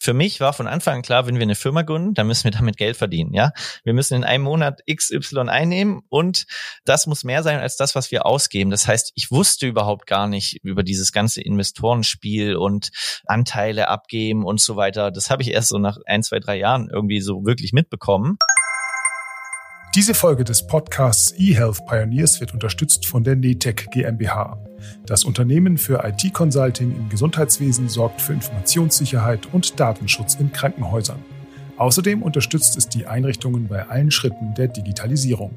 für mich war von Anfang an klar, wenn wir eine Firma gründen, dann müssen wir damit Geld verdienen, ja. Wir müssen in einem Monat XY einnehmen und das muss mehr sein als das, was wir ausgeben. Das heißt, ich wusste überhaupt gar nicht über dieses ganze Investorenspiel und Anteile abgeben und so weiter. Das habe ich erst so nach 1, 2, 3 Jahren irgendwie so wirklich mitbekommen. Diese Folge des Podcasts eHealth Pioneers wird unterstützt von der Netec GmbH. Das Unternehmen für IT-Consulting im Gesundheitswesen sorgt für Informationssicherheit und Datenschutz in Krankenhäusern. Außerdem unterstützt es die Einrichtungen bei allen Schritten der Digitalisierung.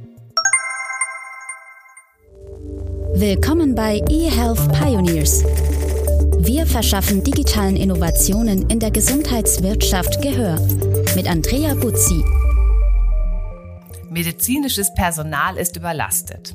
Willkommen bei eHealth Pioneers. Wir verschaffen digitalen Innovationen in der Gesundheitswirtschaft Gehör. Mit Andrea Buzzi. Medizinisches Personal ist überlastet.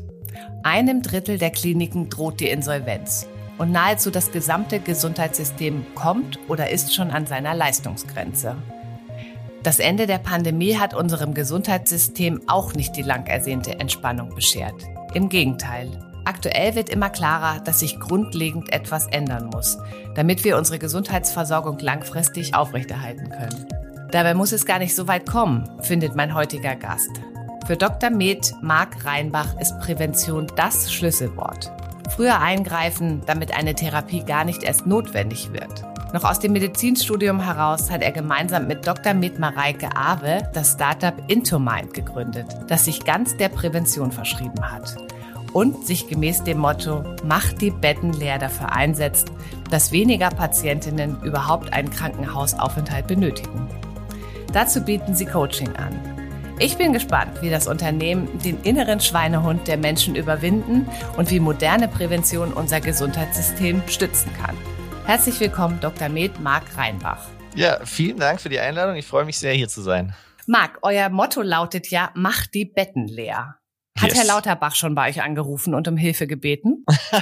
1/3 der Kliniken droht die Insolvenz. Und nahezu das gesamte Gesundheitssystem kommt oder ist schon an seiner Leistungsgrenze. Das Ende der Pandemie hat unserem Gesundheitssystem auch nicht die lang ersehnte Entspannung beschert. Im Gegenteil. Aktuell wird immer klarer, dass sich grundlegend etwas ändern muss, damit wir unsere Gesundheitsversorgung langfristig aufrechterhalten können. Dabei muss es gar nicht so weit kommen, findet mein heutiger Gast. Für Dr. Med Marc Reinbach ist Prävention das Schlüsselwort. Früher eingreifen, damit eine Therapie gar nicht erst notwendig wird. Noch aus dem Medizinstudium heraus hat er gemeinsam mit Dr. Med Mareike Awe das Startup Intomind gegründet, das sich ganz der Prävention verschrieben hat. Und sich gemäß dem Motto "Macht die Betten leer" dafür einsetzt, dass weniger Patientinnen überhaupt einen Krankenhausaufenthalt benötigen. Dazu bieten sie Coaching an. Ich bin gespannt, wie das Unternehmen den inneren Schweinehund der Menschen überwinden und wie moderne Prävention unser Gesundheitssystem stützen kann. Herzlich willkommen, Dr. Med Marc Reinbach. Ja, vielen Dank für die Einladung. Ich freue mich sehr, hier zu sein. Marc, euer Motto lautet ja "Macht die Betten leer". Hat Yes. Herr Lauterbach schon bei euch angerufen und um Hilfe gebeten?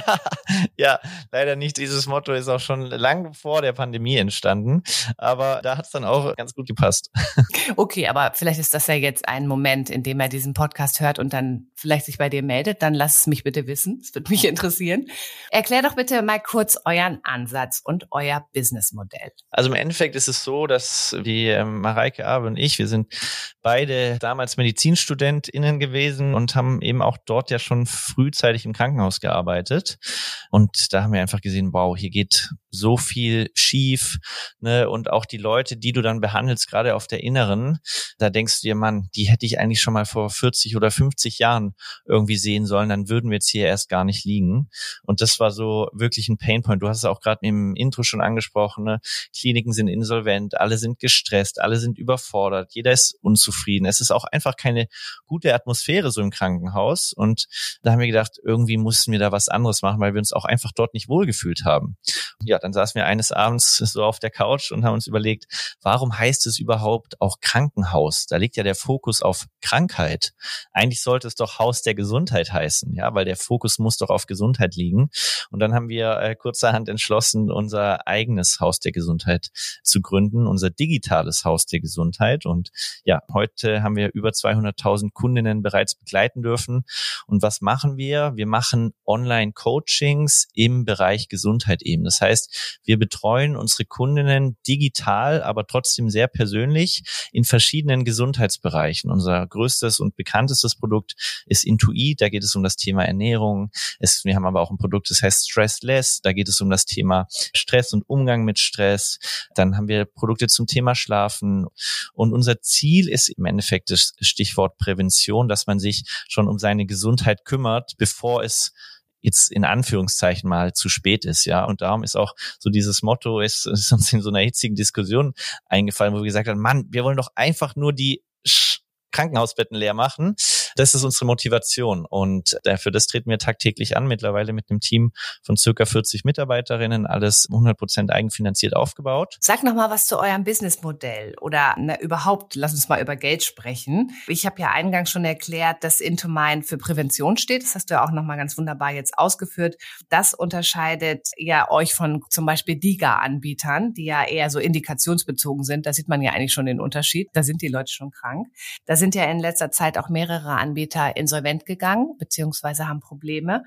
Ja, leider nicht. Dieses Motto ist auch schon lang vor der Pandemie entstanden. Aber da hat es dann auch ganz gut gepasst. Okay, aber vielleicht ist das ja jetzt ein Moment, in dem er diesen Podcast hört und dann vielleicht sich bei dir meldet. Dann lass es mich bitte wissen. Das würde mich interessieren. Erklär doch bitte mal kurz euren Ansatz und euer Businessmodell. Also im Endeffekt ist es so, dass die Mareike Awe und ich, wir sind beide damals MedizinstudentInnen gewesen und haben eben auch dort ja schon frühzeitig im Krankenhaus gearbeitet. Und da haben wir einfach gesehen, wow, hier geht so viel schief, ne? Und auch die Leute, die du dann behandelst, gerade auf der Inneren, da denkst du dir, Mann, die hätte ich eigentlich schon mal vor 40 oder 50 Jahren irgendwie sehen sollen, dann würden wir jetzt hier erst gar nicht liegen. Und das war so wirklich ein Painpoint. Du hast es auch gerade im Intro schon angesprochen, ne? Kliniken sind insolvent, alle sind gestresst, alle sind überfordert, jeder ist unzufrieden. Es ist auch einfach keine gute Atmosphäre so im Krankenhaus. Und da haben wir gedacht, irgendwie mussten wir da was anderes machen, weil wir uns auch einfach dort nicht wohlgefühlt haben. Ja, dann saßen wir eines Abends so auf der Couch und haben uns überlegt, warum heißt es überhaupt auch Krankenhaus? Da liegt ja der Fokus auf Krankheit. Eigentlich sollte es doch Haus der Gesundheit heißen, ja, weil der Fokus muss doch auf Gesundheit liegen. Und dann haben wir kurzerhand entschlossen, unser eigenes Haus der Gesundheit zu gründen, unser digitales Haus der Gesundheit. Und ja, heute haben wir über 200.000 Kundinnen bereits begleiten dürfen. Und was machen wir? Wir machen Online-Coachings im Bereich Gesundheit eben. Das heißt, wir betreuen unsere Kundinnen digital, aber trotzdem sehr persönlich in verschiedenen Gesundheitsbereichen. Unser größtes und bekanntestes Produkt ist Intuit. Da geht es um das Thema Ernährung. Wir haben aber auch ein Produkt, das heißt Stressless. Da geht es um das Thema Stress und Umgang mit Stress. Dann haben wir Produkte zum Thema Schlafen. Und unser Ziel ist im Endeffekt das Stichwort Prävention, dass man sich schon um seine Gesundheit kümmert, bevor es jetzt in Anführungszeichen mal zu spät ist, ja. Und darum ist auch so dieses Motto, ist uns in so einer hitzigen Diskussion eingefallen, wo wir gesagt haben, Mann, wir wollen doch einfach nur die Krankenhausbetten leer machen. Das ist unsere Motivation und für das treten wir tagtäglich an, mittlerweile mit einem Team von circa 40 Mitarbeiterinnen, alles 100% eigenfinanziert aufgebaut. Sag noch mal was zu eurem Businessmodell oder überhaupt, lass uns mal über Geld sprechen. Ich habe ja eingangs schon erklärt, dass Intomind für Prävention steht. Das hast du ja auch noch mal ganz wunderbar jetzt ausgeführt. Das unterscheidet ja euch von zum Beispiel DiGA-Anbietern, die ja eher so indikationsbezogen sind. Da sieht man ja eigentlich schon den Unterschied. Da sind die Leute schon krank. Da sind ja in letzter Zeit auch mehrere Anbieter insolvent gegangen, beziehungsweise haben Probleme.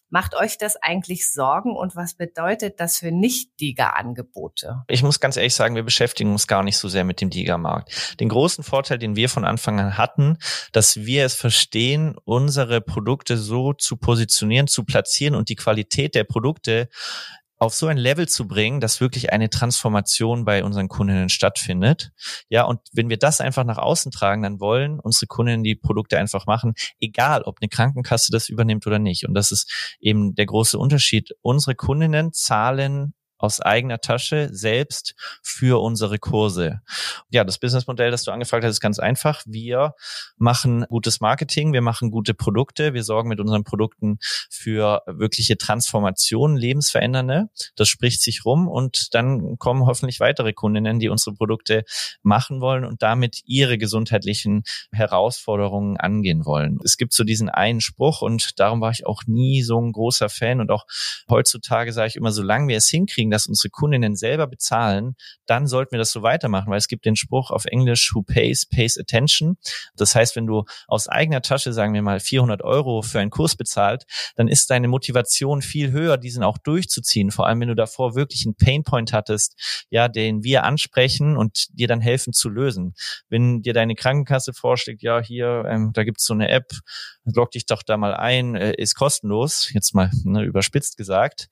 Macht euch das eigentlich Sorgen und was bedeutet das für Nicht-DiGA-Angebote? Ich muss ganz ehrlich sagen, wir beschäftigen uns gar nicht so sehr mit dem DiGA-Markt. Den großen Vorteil, den wir von Anfang an hatten, dass wir es verstehen, unsere Produkte so zu positionieren, zu platzieren und die Qualität der Produkte auf so ein Level zu bringen, dass wirklich eine Transformation bei unseren Kundinnen stattfindet. Ja, und wenn wir das einfach nach außen tragen, dann wollen unsere Kundinnen die Produkte einfach machen, egal ob eine Krankenkasse das übernimmt oder nicht. Und das ist eben der große Unterschied. Unsere Kundinnen zahlen aus eigener Tasche selbst für unsere Kurse. Ja, das Businessmodell, das du angefragt hast, ist ganz einfach. Wir machen gutes Marketing, wir machen gute Produkte, wir sorgen mit unseren Produkten für wirkliche Transformationen, lebensverändernde. Das spricht sich rum und dann kommen hoffentlich weitere Kundinnen, die unsere Produkte machen wollen und damit ihre gesundheitlichen Herausforderungen angehen wollen. Es gibt so diesen einen Spruch und darum war ich auch nie so ein großer Fan und auch heutzutage sage ich immer, solange wir es hinkriegen, dass unsere Kundinnen selber bezahlen, dann sollten wir das so weitermachen, weil es gibt den Spruch auf Englisch, who pays, pays attention. Das heißt, wenn du aus eigener Tasche, sagen wir mal, 400 € für einen Kurs bezahlt, dann ist deine Motivation viel höher, diesen auch durchzuziehen. Vor allem, wenn du davor wirklich einen Painpoint hattest, ja, den wir ansprechen und dir dann helfen zu lösen. Wenn dir deine Krankenkasse vorschlägt, ja, hier, da gibt's so eine App, log dich doch da mal ein, ist kostenlos, jetzt mal überspitzt gesagt.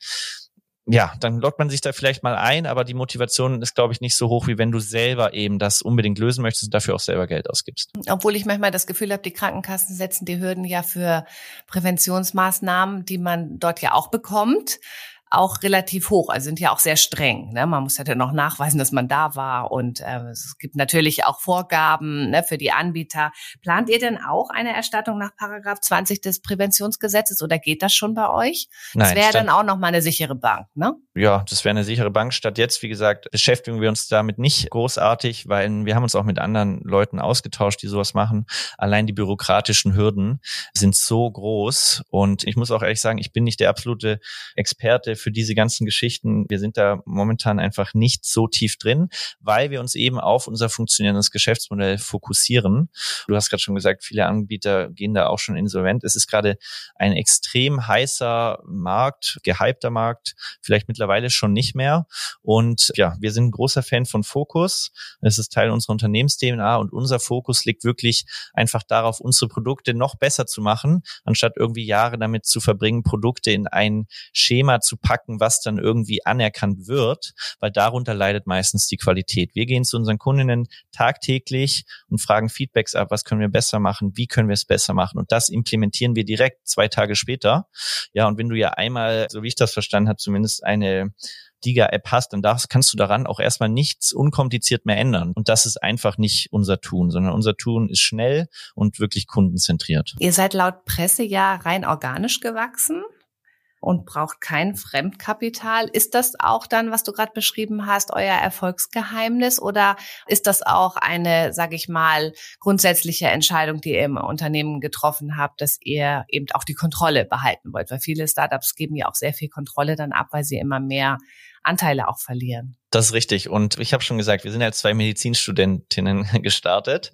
Ja, dann loggt man sich da vielleicht mal ein, aber die Motivation ist, glaube ich, nicht so hoch, wie wenn du selber eben das unbedingt lösen möchtest und dafür auch selber Geld ausgibst. Obwohl ich manchmal das Gefühl habe, die Krankenkassen setzen die Hürden ja für Präventionsmaßnahmen, die man dort ja auch bekommt, auch relativ hoch, also sind ja auch sehr streng. Ne? Man muss ja dann noch nachweisen, dass man da war und es gibt natürlich auch Vorgaben, ne, für die Anbieter. Plant ihr denn auch eine Erstattung nach Paragraph 20 des Präventionsgesetzes oder geht das schon bei euch? Das wäre dann auch nochmal eine sichere Bank, ne? Ja, das wäre eine sichere Bank. Statt jetzt, wie gesagt, beschäftigen wir uns damit nicht großartig, weil wir haben uns auch mit anderen Leuten ausgetauscht, die sowas machen. Allein die bürokratischen Hürden sind so groß und ich muss auch ehrlich sagen, ich bin nicht der absolute Experte für diese ganzen Geschichten. Wir sind da momentan einfach nicht so tief drin, weil wir uns eben auf unser funktionierendes Geschäftsmodell fokussieren. Du hast gerade schon gesagt, viele Anbieter gehen da auch schon insolvent. Es ist gerade ein extrem heißer Markt, gehypter Markt, vielleicht mittlerweile schon nicht mehr. Und ja, wir sind ein großer Fan von Fokus. Es ist Teil unserer Unternehmens-DNA und unser Fokus liegt wirklich einfach darauf, unsere Produkte noch besser zu machen, anstatt irgendwie Jahre damit zu verbringen, Produkte in ein Schema zu packen, was dann irgendwie anerkannt wird, weil darunter leidet meistens die Qualität. Wir gehen zu unseren Kundinnen tagtäglich und fragen Feedbacks ab, was können wir besser machen, wie können wir es besser machen und das implementieren wir direkt 2 Tage später. Ja, und wenn du ja einmal, so wie ich das verstanden habe, zumindest eine DiGA-App hast, dann kannst du daran auch erstmal nichts unkompliziert mehr ändern. Und das ist einfach nicht unser Tun, sondern unser Tun ist schnell und wirklich kundenzentriert. Ihr seid laut Presse ja rein organisch gewachsen und braucht kein Fremdkapital. Ist das auch dann, was du gerade beschrieben hast, euer Erfolgsgeheimnis oder ist das auch eine, sage ich mal, grundsätzliche Entscheidung, die ihr im Unternehmen getroffen habt, dass ihr eben auch die Kontrolle behalten wollt? Weil viele Startups geben ja auch sehr viel Kontrolle dann ab, weil sie immer mehr Anteile auch verlieren. Das ist richtig. Und ich habe schon gesagt, wir sind als 2 Medizinstudentinnen gestartet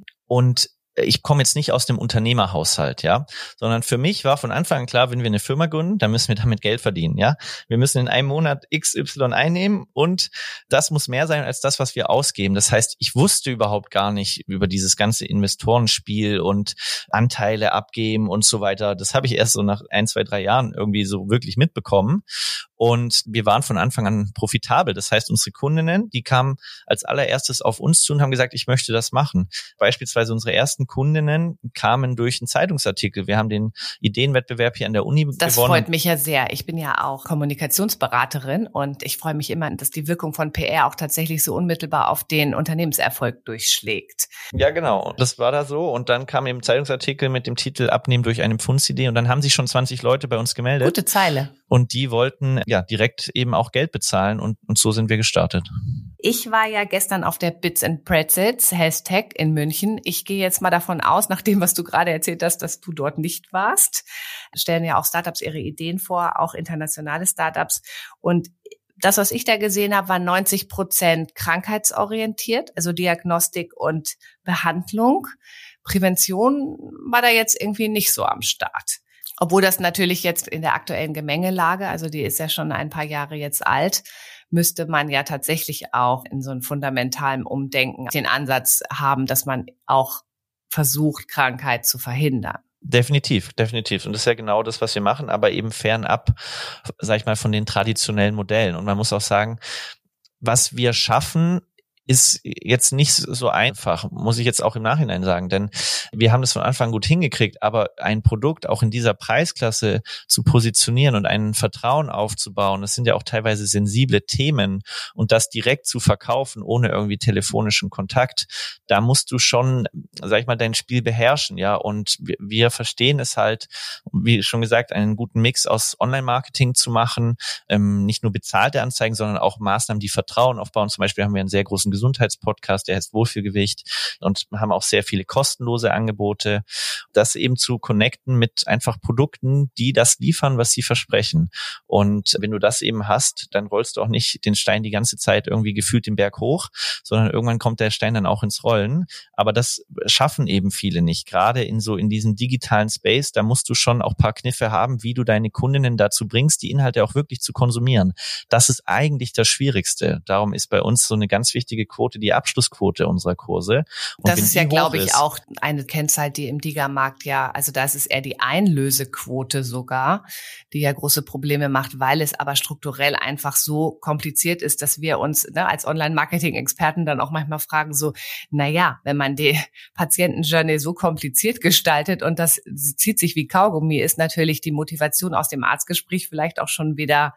und ich komme jetzt nicht aus dem Unternehmerhaushalt, ja, sondern für mich war von Anfang an klar, wenn wir eine Firma gründen, dann müssen wir damit Geld verdienen, ja. Wir müssen in einem Monat XY einnehmen und das muss mehr sein als das, was wir ausgeben. Das heißt, ich wusste überhaupt gar nicht über dieses ganze Investorenspiel und Anteile abgeben und so weiter. Das habe ich erst so nach 1, 2, 3 Jahren irgendwie so wirklich mitbekommen. Und wir waren von Anfang an profitabel. Das heißt, unsere Kundinnen, die kamen als allererstes auf uns zu und haben gesagt, ich möchte das machen. Beispielsweise unsere ersten Kundinnen kamen durch einen Zeitungsartikel. Wir haben den Ideenwettbewerb hier an der Uni gewonnen. Das freut mich ja sehr. Ich bin ja auch Kommunikationsberaterin und ich freue mich immer, dass die Wirkung von PR auch tatsächlich so unmittelbar auf den Unternehmenserfolg durchschlägt. Ja, genau. Das war da so. Und dann kam eben ein Zeitungsartikel mit dem Titel Abnehmen durch eine Pfundsidee und dann haben sich schon 20 Leute bei uns gemeldet. Gute Zeile. Und die wollten ja direkt eben auch Geld bezahlen und so sind wir gestartet. Ich war ja gestern auf der Bits and Pretzels Hashtag in München. Ich gehe jetzt mal davon aus, nach dem, was du gerade erzählt hast, dass du dort nicht warst. Stellen ja auch Startups ihre Ideen vor, auch internationale Startups. Und das, was ich da gesehen habe, war 90% krankheitsorientiert, also Diagnostik und Behandlung. Prävention war da jetzt irgendwie nicht so am Start. Obwohl das natürlich jetzt in der aktuellen Gemengelage, also die ist ja schon ein paar Jahre jetzt alt, müsste man ja tatsächlich auch in so einem fundamentalen Umdenken den Ansatz haben, dass man auch versucht, Krankheit zu verhindern. Definitiv. Und das ist ja genau das, was wir machen, aber eben fernab, sag ich mal, von den traditionellen Modellen. Und man muss auch sagen, was wir schaffen, ist jetzt nicht so einfach, muss ich jetzt auch im Nachhinein sagen, denn wir haben das von Anfang gut hingekriegt, aber ein Produkt auch in dieser Preisklasse zu positionieren und ein Vertrauen aufzubauen, das sind ja auch teilweise sensible Themen und das direkt zu verkaufen, ohne irgendwie telefonischen Kontakt, da musst du schon, sag ich mal, dein Spiel beherrschen, ja, und wir verstehen es halt, wie schon gesagt, einen guten Mix aus Online-Marketing zu machen, nicht nur bezahlte Anzeigen, sondern auch Maßnahmen, die Vertrauen aufbauen. Zum Beispiel haben wir einen sehr großen Gesundheitspodcast, der heißt Wohlfühlgewicht und haben auch sehr viele kostenlose Angebote, das eben zu connecten mit einfach Produkten, die das liefern, was sie versprechen. Und wenn du das eben hast, dann rollst du auch nicht den Stein die ganze Zeit irgendwie gefühlt den Berg hoch, sondern irgendwann kommt der Stein dann auch ins Rollen. Aber das schaffen eben viele nicht. Gerade in diesem digitalen Space, da musst du schon auch ein paar Kniffe haben, wie du deine Kundinnen dazu bringst, die Inhalte auch wirklich zu konsumieren. Das ist eigentlich das Schwierigste. Darum ist bei uns so eine ganz wichtige Quote, die Abschlussquote unserer Kurse. Und das ist ja, glaube ich, auch eine Kennzahl, die im Diga-Markt ja, also da ist es eher die Einlösequote sogar, die ja große Probleme macht, weil es aber strukturell einfach so kompliziert ist, dass wir uns als Online-Marketing-Experten dann auch manchmal fragen so, wenn man die Patienten-Journey so kompliziert gestaltet und das zieht sich wie Kaugummi, ist natürlich die Motivation aus dem Arztgespräch vielleicht auch schon wieder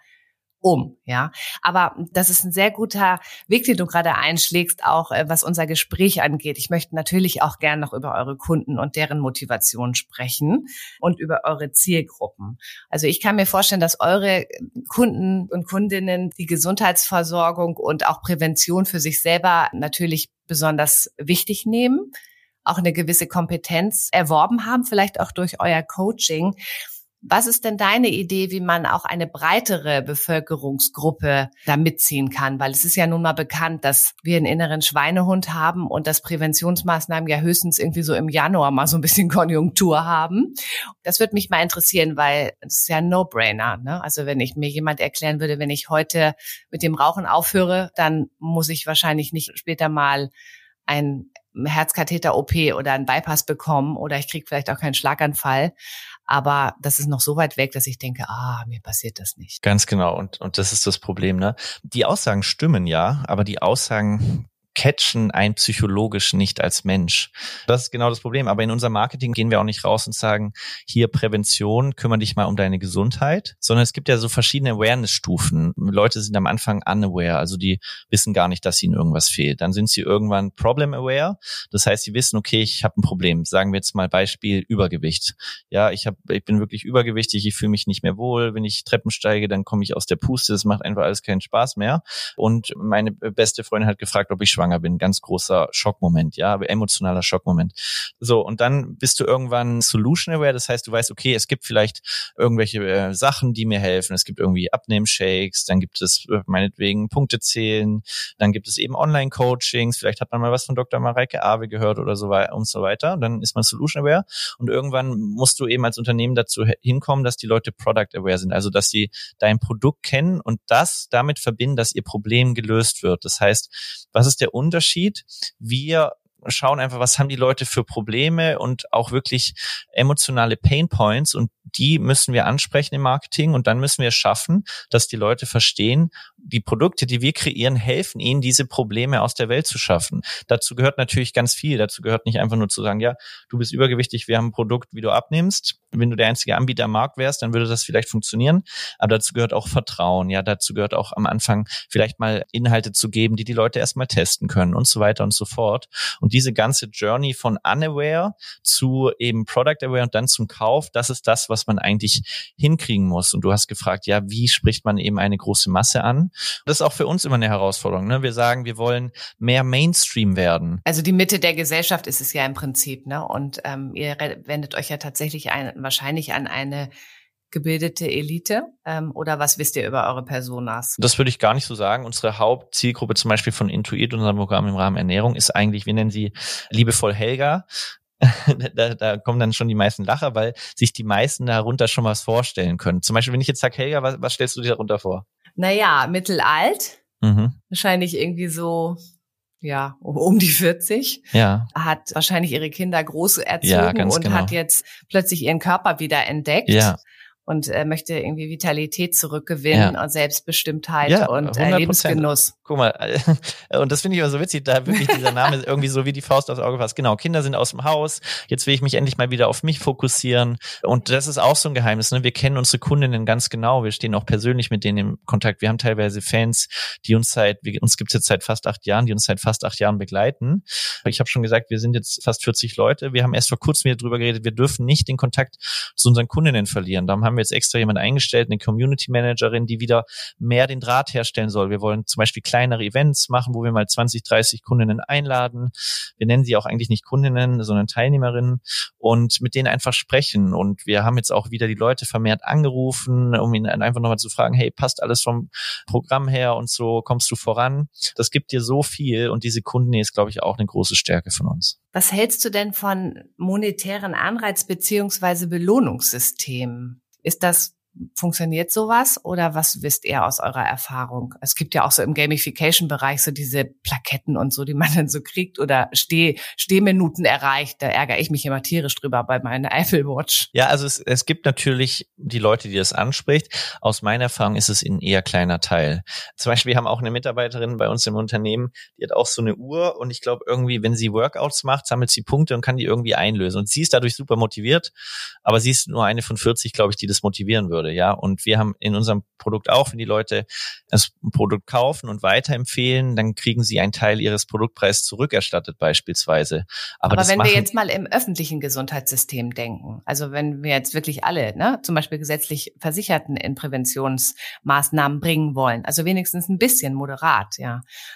ja. Aber das ist ein sehr guter Weg, den du gerade einschlägst, auch was unser Gespräch angeht. Ich möchte natürlich auch gern noch über eure Kunden und deren Motivation sprechen und über eure Zielgruppen. Also ich kann mir vorstellen, dass eure Kunden und Kundinnen die Gesundheitsversorgung und auch Prävention für sich selber natürlich besonders wichtig nehmen, auch eine gewisse Kompetenz erworben haben, vielleicht auch durch euer Coaching. Was ist denn deine Idee, wie man auch eine breitere Bevölkerungsgruppe da mitziehen kann? Weil es ist ja nun mal bekannt, dass wir einen inneren Schweinehund haben und dass Präventionsmaßnahmen ja höchstens irgendwie so im Januar mal so ein bisschen Konjunktur haben. Das würde mich mal interessieren, weil es ist ja ein No-Brainer, ne? Also wenn mir jemand erklären würde, wenn ich heute mit dem Rauchen aufhöre, dann muss ich wahrscheinlich nicht später mal ein Herzkatheter-OP oder einen Bypass bekommen oder ich kriege vielleicht auch keinen Schlaganfall. Aber das ist noch so weit weg, dass ich denke, mir passiert das nicht. Ganz genau. Und das ist das Problem, ne? Die Aussagen stimmen ja, aber die Aussagen catchen einen psychologisch nicht als Mensch. Das ist genau das Problem. Aber in unserem Marketing gehen wir auch nicht raus und sagen, hier Prävention, kümmere dich mal um deine Gesundheit, sondern es gibt ja so verschiedene Awareness-Stufen. Leute sind am Anfang unaware, also die wissen gar nicht, dass ihnen irgendwas fehlt. Dann sind sie irgendwann problem-aware. Das heißt, sie wissen, okay, ich habe ein Problem. Sagen wir jetzt mal Beispiel Übergewicht. Ja, ich bin wirklich übergewichtig, ich fühle mich nicht mehr wohl. Wenn ich Treppen steige, dann komme ich aus der Puste. Das macht einfach alles keinen Spaß mehr. Und meine beste Freundin hat gefragt, ob ich schwanger bin. Ganz großer Schockmoment, ja, emotionaler Schockmoment. So, und dann bist du irgendwann solution aware, das heißt, du weißt, okay, es gibt vielleicht irgendwelche Sachen, die mir helfen. Es gibt irgendwie Abnehm-Shakes, dann gibt es meinetwegen Punkte zählen, dann gibt es eben Online-Coachings, vielleicht hat man mal was von Dr. Mareike Awe gehört oder so weiter und so weiter. Und dann ist man solution aware und irgendwann musst du eben als Unternehmen dazu hinkommen, dass die Leute product aware sind, also dass sie dein Produkt kennen und das damit verbinden, dass ihr Problem gelöst wird. Das heißt, was ist der Unterschied? Wir schauen einfach, was haben die Leute für Probleme und auch wirklich emotionale Painpoints und die müssen wir ansprechen im Marketing und dann müssen wir es schaffen, dass die Leute verstehen, die Produkte, die wir kreieren, helfen ihnen, diese Probleme aus der Welt zu schaffen. Dazu gehört natürlich ganz viel. Dazu gehört nicht einfach nur zu sagen, ja, du bist übergewichtig, wir haben ein Produkt, wie du abnimmst. Wenn du der einzige Anbieter am Markt wärst, dann würde das vielleicht funktionieren. Aber dazu gehört auch Vertrauen. Ja, dazu gehört auch am Anfang vielleicht mal Inhalte zu geben, die Leute erstmal testen können und so weiter und so fort. Und diese ganze Journey von unaware zu eben product aware und dann zum Kauf, das ist das, was man eigentlich hinkriegen muss. Und du hast gefragt, ja, wie spricht man eben eine große Masse an? Das ist auch für uns immer eine Herausforderung, ne? Wir sagen, wir wollen mehr Mainstream werden. Also die Mitte der Gesellschaft ist es ja im Prinzip, ne? Und ihr wendet euch ja tatsächlich wahrscheinlich an eine gebildete Elite oder was wisst ihr über eure Personas? Das würde ich gar nicht so sagen. Unsere Hauptzielgruppe zum Beispiel von Intuit, unserem Programm im Rahmen Ernährung, ist eigentlich, wir nennen sie liebevoll Helga. da kommen dann schon die meisten Lacher, weil sich die meisten darunter schon was vorstellen können. Zum Beispiel, wenn ich jetzt sage, Helga, was stellst du dir darunter vor? Naja, mittelalt. Wahrscheinlich irgendwie so, ja, um die 40. Ja. Hat wahrscheinlich ihre Kinder groß erzogen und genau. Hat jetzt plötzlich ihren Körper wieder entdeckt. Ja. Und möchte irgendwie Vitalität zurückgewinnen und Selbstbestimmtheit und 100%. Lebensgenuss. Guck mal, und das finde ich immer so witzig, da wirklich dieser Name ist irgendwie so wie die Faust aufs Auge fasst. Genau, Kinder sind aus dem Haus, jetzt will ich mich endlich mal wieder auf mich fokussieren. Und das ist auch so ein Geheimnis, ne? Wir kennen unsere Kundinnen ganz genau, wir stehen auch persönlich mit denen im Kontakt. Wir haben teilweise Fans, die uns gibt's jetzt seit fast 8 Jahren, die uns seit fast 8 Jahren begleiten. Ich habe schon gesagt, wir sind jetzt fast 40 Leute. Wir haben erst vor kurzem wieder drüber geredet, wir dürfen nicht den Kontakt zu unseren Kundinnen verlieren. Darum haben wir jetzt extra jemanden eingestellt, eine Community Managerin, die wieder mehr den Draht herstellen soll. Wir wollen zum Beispiel kleinere Events machen, wo wir mal 20, 30 Kundinnen einladen. Wir nennen sie auch eigentlich nicht Kundinnen, sondern Teilnehmerinnen und mit denen einfach sprechen. Und wir haben jetzt auch wieder die Leute vermehrt angerufen, um ihnen einfach nochmal zu fragen, hey, passt alles vom Programm her und so, kommst du voran? Das gibt dir so viel und diese Kundennähe ist, glaube ich, auch eine große Stärke von uns. Was hältst du denn von monetären Anreiz- bzw. Belohnungssystemen? Funktioniert sowas oder was wisst ihr aus eurer Erfahrung? Es gibt ja auch so im Gamification-Bereich so diese Plaketten und so, die man dann so kriegt oder Stehminuten erreicht. Da ärgere ich mich immer tierisch drüber bei meiner Apple Watch. Ja, also es gibt natürlich die Leute, die das anspricht. Aus meiner Erfahrung ist es ein eher kleiner Teil. Zum Beispiel, wir haben auch eine Mitarbeiterin bei uns im Unternehmen, die hat auch so eine Uhr und ich glaube irgendwie, wenn sie Workouts macht, sammelt sie Punkte und kann die irgendwie einlösen. Und sie ist dadurch super motiviert, aber sie ist nur eine von 40, glaube ich, die das motivieren würde. Ja, und wir haben in unserem Produkt auch, wenn die Leute das Produkt kaufen und weiterempfehlen, dann kriegen sie einen Teil ihres Produktpreises zurückerstattet beispielsweise. Aber wenn wir jetzt mal im öffentlichen Gesundheitssystem denken, also wenn wir jetzt wirklich alle, zum Beispiel gesetzlich Versicherten in Präventionsmaßnahmen bringen wollen, also wenigstens ein bisschen moderat, ja.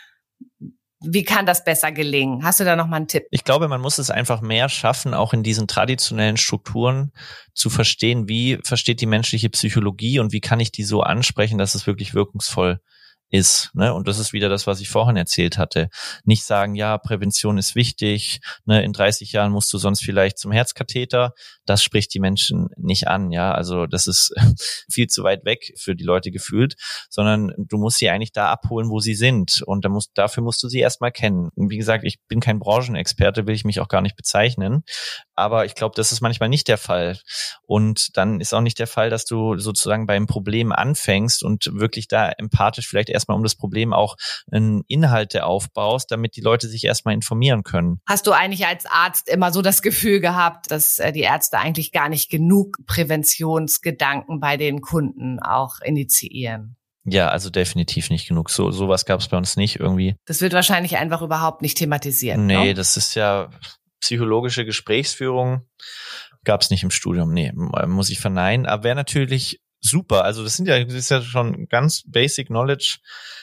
Wie kann das besser gelingen? Hast du da noch mal einen Tipp? Ich glaube, man muss es einfach mehr schaffen, auch in diesen traditionellen Strukturen zu verstehen, wie versteht die menschliche Psychologie und wie kann ich die so ansprechen, dass es wirklich wirkungsvoll ist, ne? Und das ist wieder das, was ich vorhin erzählt hatte. Nicht sagen, ja, Prävention ist wichtig, ne? In 30 Jahren musst du sonst vielleicht zum Herzkatheter. Das spricht die Menschen nicht an, ja. Also das ist viel zu weit weg für die Leute gefühlt, sondern du musst sie eigentlich da abholen, wo sie sind. Und dafür musst du sie erstmal kennen. Und wie gesagt, ich bin kein Branchenexperte, will ich mich auch gar nicht bezeichnen. Aber ich glaube, das ist manchmal nicht der Fall. Und dann ist auch nicht der Fall, dass du sozusagen beim Problem anfängst und wirklich da empathisch vielleicht erstmal um das Problem auch Inhalte aufbaust, damit die Leute sich erstmal informieren können. Hast du eigentlich als Arzt immer so das Gefühl gehabt, dass die Ärzte eigentlich gar nicht genug Präventionsgedanken bei den Kunden auch initiieren? Ja, also definitiv nicht genug. Sowas gab es bei uns nicht irgendwie. Das wird wahrscheinlich einfach überhaupt nicht thematisiert. Nee, ne? Das ist ja psychologische Gesprächsführung. Gab es nicht im Studium. Nee, muss ich verneinen. Aber wäre natürlich super. Also das ist ja schon ganz basic knowledge,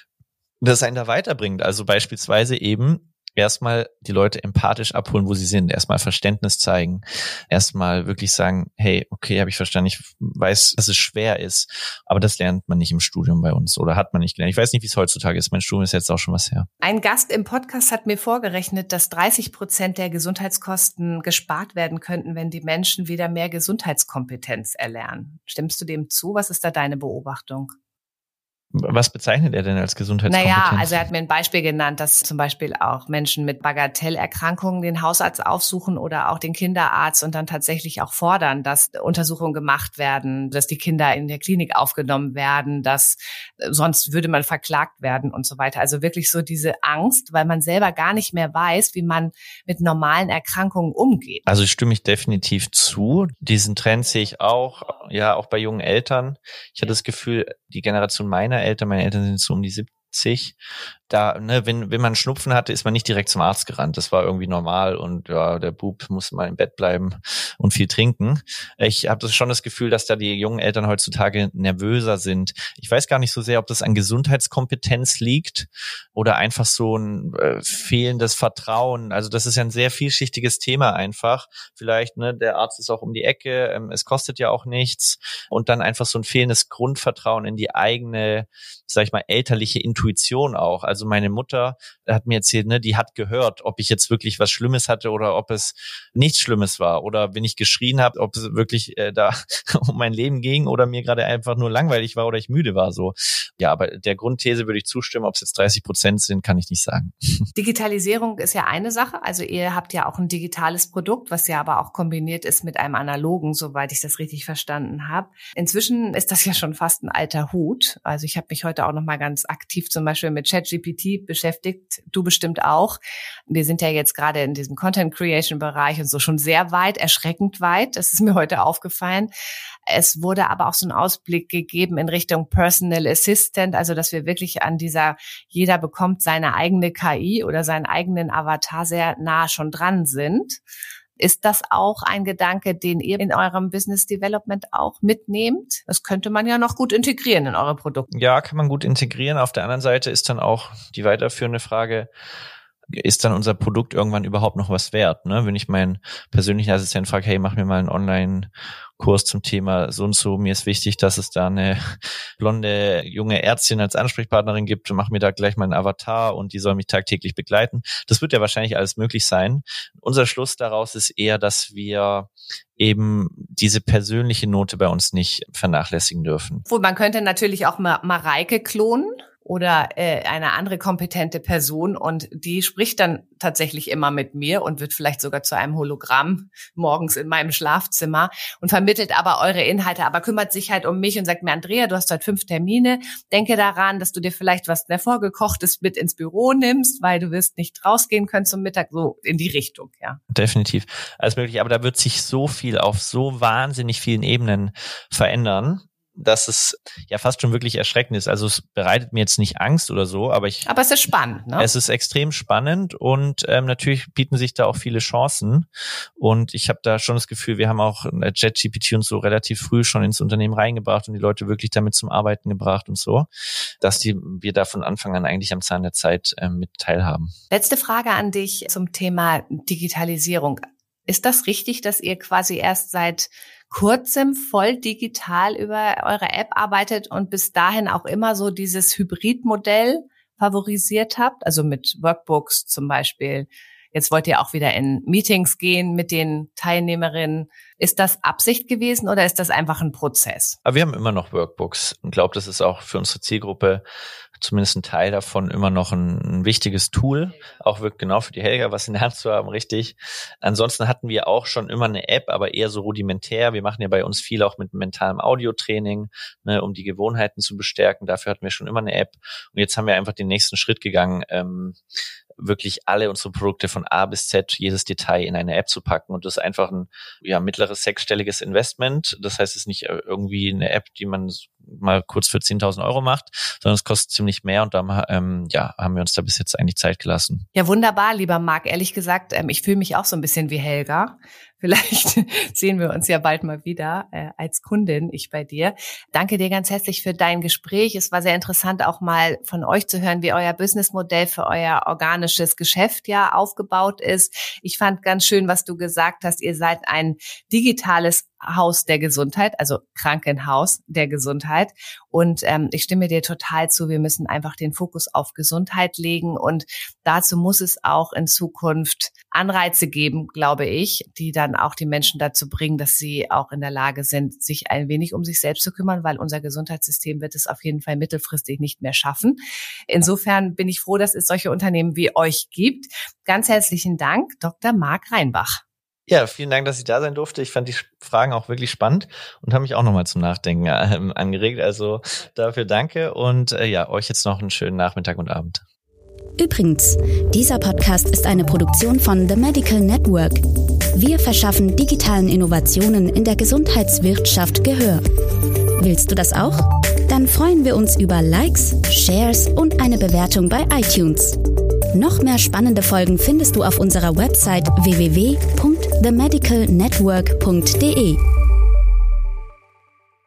das einen da weiterbringt. Also beispielsweise eben erstmal die Leute empathisch abholen, wo sie sind. Erstmal Verständnis zeigen. Erstmal wirklich sagen, hey, okay, habe ich verstanden. Ich weiß, dass es schwer ist. Aber das lernt man nicht im Studium bei uns oder hat man nicht gelernt. Ich weiß nicht, wie es heutzutage ist. Mein Studium ist jetzt auch schon was her. Ein Gast im Podcast hat mir vorgerechnet, dass 30% der Gesundheitskosten gespart werden könnten, wenn die Menschen wieder mehr Gesundheitskompetenz erlernen. Stimmst du dem zu? Was ist da deine Beobachtung? Was bezeichnet er denn als Gesundheitskompetenz? Naja, also er hat mir ein Beispiel genannt, dass zum Beispiel auch Menschen mit Bagatellerkrankungen den Hausarzt aufsuchen oder auch den Kinderarzt und dann tatsächlich auch fordern, dass Untersuchungen gemacht werden, dass die Kinder in der Klinik aufgenommen werden, dass sonst würde man verklagt werden und so weiter. Also wirklich so diese Angst, weil man selber gar nicht mehr weiß, wie man mit normalen Erkrankungen umgeht. Also stimme ich definitiv zu. Diesen Trend sehe ich auch, ja, auch bei jungen Eltern. Ich hatte das Gefühl, die Generation meine Eltern sind so um die 70, da, ne, wenn man Schnupfen hatte, ist man nicht direkt zum Arzt gerannt. Das war irgendwie normal und ja, der Bub musste mal im Bett bleiben und viel trinken. Ich habe schon das Gefühl, dass da die jungen Eltern heutzutage nervöser sind. Ich weiß gar nicht so sehr, ob das an Gesundheitskompetenz liegt oder einfach so ein fehlendes Vertrauen. Also das ist ja ein sehr vielschichtiges Thema einfach. Vielleicht, ne, der Arzt ist auch um die Ecke, es kostet ja auch nichts und dann einfach so ein fehlendes Grundvertrauen in die eigene, sag ich mal, elterliche Intuition Intuition auch. Also meine Mutter hat mir erzählt, ne, die hat gehört, ob ich jetzt wirklich was Schlimmes hatte oder ob es nichts Schlimmes war oder wenn ich geschrien habe, ob es wirklich da um mein Leben ging oder mir gerade einfach nur langweilig war oder ich müde war. So. Ja, aber der Grundthese würde ich zustimmen. Ob es jetzt 30% sind, kann ich nicht sagen. Digitalisierung ist ja eine Sache. Also ihr habt ja auch ein digitales Produkt, was ja aber auch kombiniert ist mit einem analogen, soweit ich das richtig verstanden habe. Inzwischen ist das ja schon fast ein alter Hut. Also ich habe mich heute auch noch mal ganz aktiv zum Beispiel mit ChatGPT beschäftigt. Du bestimmt auch. Wir sind ja jetzt gerade in diesem Content-Creation-Bereich und so schon sehr weit, erschreckend weit. Das ist mir heute aufgefallen. Es wurde aber auch so ein Ausblick gegeben in Richtung Personal Assistant, also dass wir wirklich an dieser, jeder bekommt seine eigene KI oder seinen eigenen Avatar sehr nah schon dran sind. Ist das auch ein Gedanke, den ihr in eurem Business Development auch mitnehmt? Das könnte man ja noch gut integrieren in eure Produkte. Ja, kann man gut integrieren. Auf der anderen Seite ist dann auch die weiterführende Frage, ist dann unser Produkt irgendwann überhaupt noch was wert? Ne? Wenn ich meinen persönlichen Assistenten frage, hey, mach mir mal einen Online-Kurs zum Thema so und so, mir ist wichtig, dass es da eine blonde junge Ärztin als Ansprechpartnerin gibt, mach mir da gleich mal einen Avatar und die soll mich tagtäglich begleiten. Das wird ja wahrscheinlich alles möglich sein. Unser Schluss daraus ist eher, dass wir eben diese persönliche Note bei uns nicht vernachlässigen dürfen. Obwohl, man könnte natürlich auch Mareike klonen. Oder eine andere kompetente Person und die spricht dann tatsächlich immer mit mir und wird vielleicht sogar zu einem Hologramm morgens in meinem Schlafzimmer und vermittelt aber eure Inhalte, aber kümmert sich halt um mich und sagt mir, Andrea, du hast heute 5 Termine, denke daran, dass du dir vielleicht was vorgekochtes mit ins Büro nimmst, weil du wirst nicht rausgehen können zum Mittag, so in die Richtung, ja. Definitiv, alles möglich, aber da wird sich so viel auf so wahnsinnig vielen Ebenen verändern, dass es ja fast schon wirklich erschreckend ist. Also es bereitet mir jetzt nicht Angst oder so, aber es ist spannend, ne? Es ist extrem spannend und natürlich bieten sich da auch viele Chancen und ich habe da schon das Gefühl, wir haben auch ChatGPT und so relativ früh schon ins Unternehmen reingebracht und die Leute wirklich damit zum Arbeiten gebracht und so, dass wir da von Anfang an eigentlich am Zahn der Zeit mit teilhaben. Letzte Frage an dich zum Thema Digitalisierung. Ist das richtig, dass ihr quasi erst seit kurzem voll digital über eure App arbeitet und bis dahin auch immer so dieses Hybridmodell favorisiert habt? Also mit Workbooks zum Beispiel. Jetzt wollt ihr auch wieder in Meetings gehen mit den Teilnehmerinnen. Ist das Absicht gewesen oder ist das einfach ein Prozess? Aber wir haben immer noch Workbooks und glaube, das ist auch für unsere Zielgruppe zumindest ein Teil davon immer noch ein wichtiges Tool, auch wirklich genau für die Helga, was in der Hand zu haben, richtig. Ansonsten hatten wir auch schon immer eine App, aber eher so rudimentär. Wir machen ja bei uns viel auch mit mentalem Audiotraining, ne, um die Gewohnheiten zu bestärken. Dafür hatten wir schon immer eine App. Und jetzt haben wir einfach den nächsten Schritt gegangen, wirklich alle unsere Produkte von A bis Z, jedes Detail in eine App zu packen. Und das ist einfach ein mittleres sechsstelliges Investment. Das heißt, es ist nicht irgendwie eine App, die man mal kurz für 10.000 Euro macht, sondern es kostet ziemlich mehr und da haben wir uns da bis jetzt eigentlich Zeit gelassen. Ja, wunderbar, lieber Marc. Ehrlich gesagt, ich fühle mich auch so ein bisschen wie Helga. Vielleicht sehen wir uns ja bald mal wieder als Kundin, ich bei dir. Danke dir ganz herzlich für dein Gespräch. Es war sehr interessant, auch mal von euch zu hören, wie euer Businessmodell für euer organisches Geschäft ja aufgebaut ist. Ich fand ganz schön, was du gesagt hast. Ihr seid ein digitales Haus der Gesundheit, also Krankenhaus der Gesundheit. Und ich stimme dir total zu, wir müssen einfach den Fokus auf Gesundheit legen und dazu muss es auch in Zukunft Anreize geben, glaube ich, die dann auch die Menschen dazu bringen, dass sie auch in der Lage sind, sich ein wenig um sich selbst zu kümmern, weil unser Gesundheitssystem wird es auf jeden Fall mittelfristig nicht mehr schaffen. Insofern bin ich froh, dass es solche Unternehmen wie euch gibt. Ganz herzlichen Dank, Dr. Marc Reinbach. Ja, vielen Dank, dass ich da sein durfte. Ich fand die Fragen auch wirklich spannend und habe mich auch nochmal zum Nachdenken angeregt. Also dafür danke und euch jetzt noch einen schönen Nachmittag und Abend. Übrigens, dieser Podcast ist eine Produktion von The Medical Network. Wir verschaffen digitalen Innovationen in der Gesundheitswirtschaft Gehör. Willst du das auch? Dann freuen wir uns über Likes, Shares und eine Bewertung bei iTunes. Noch mehr spannende Folgen findest du auf unserer Website www.themedicalnetwork.de.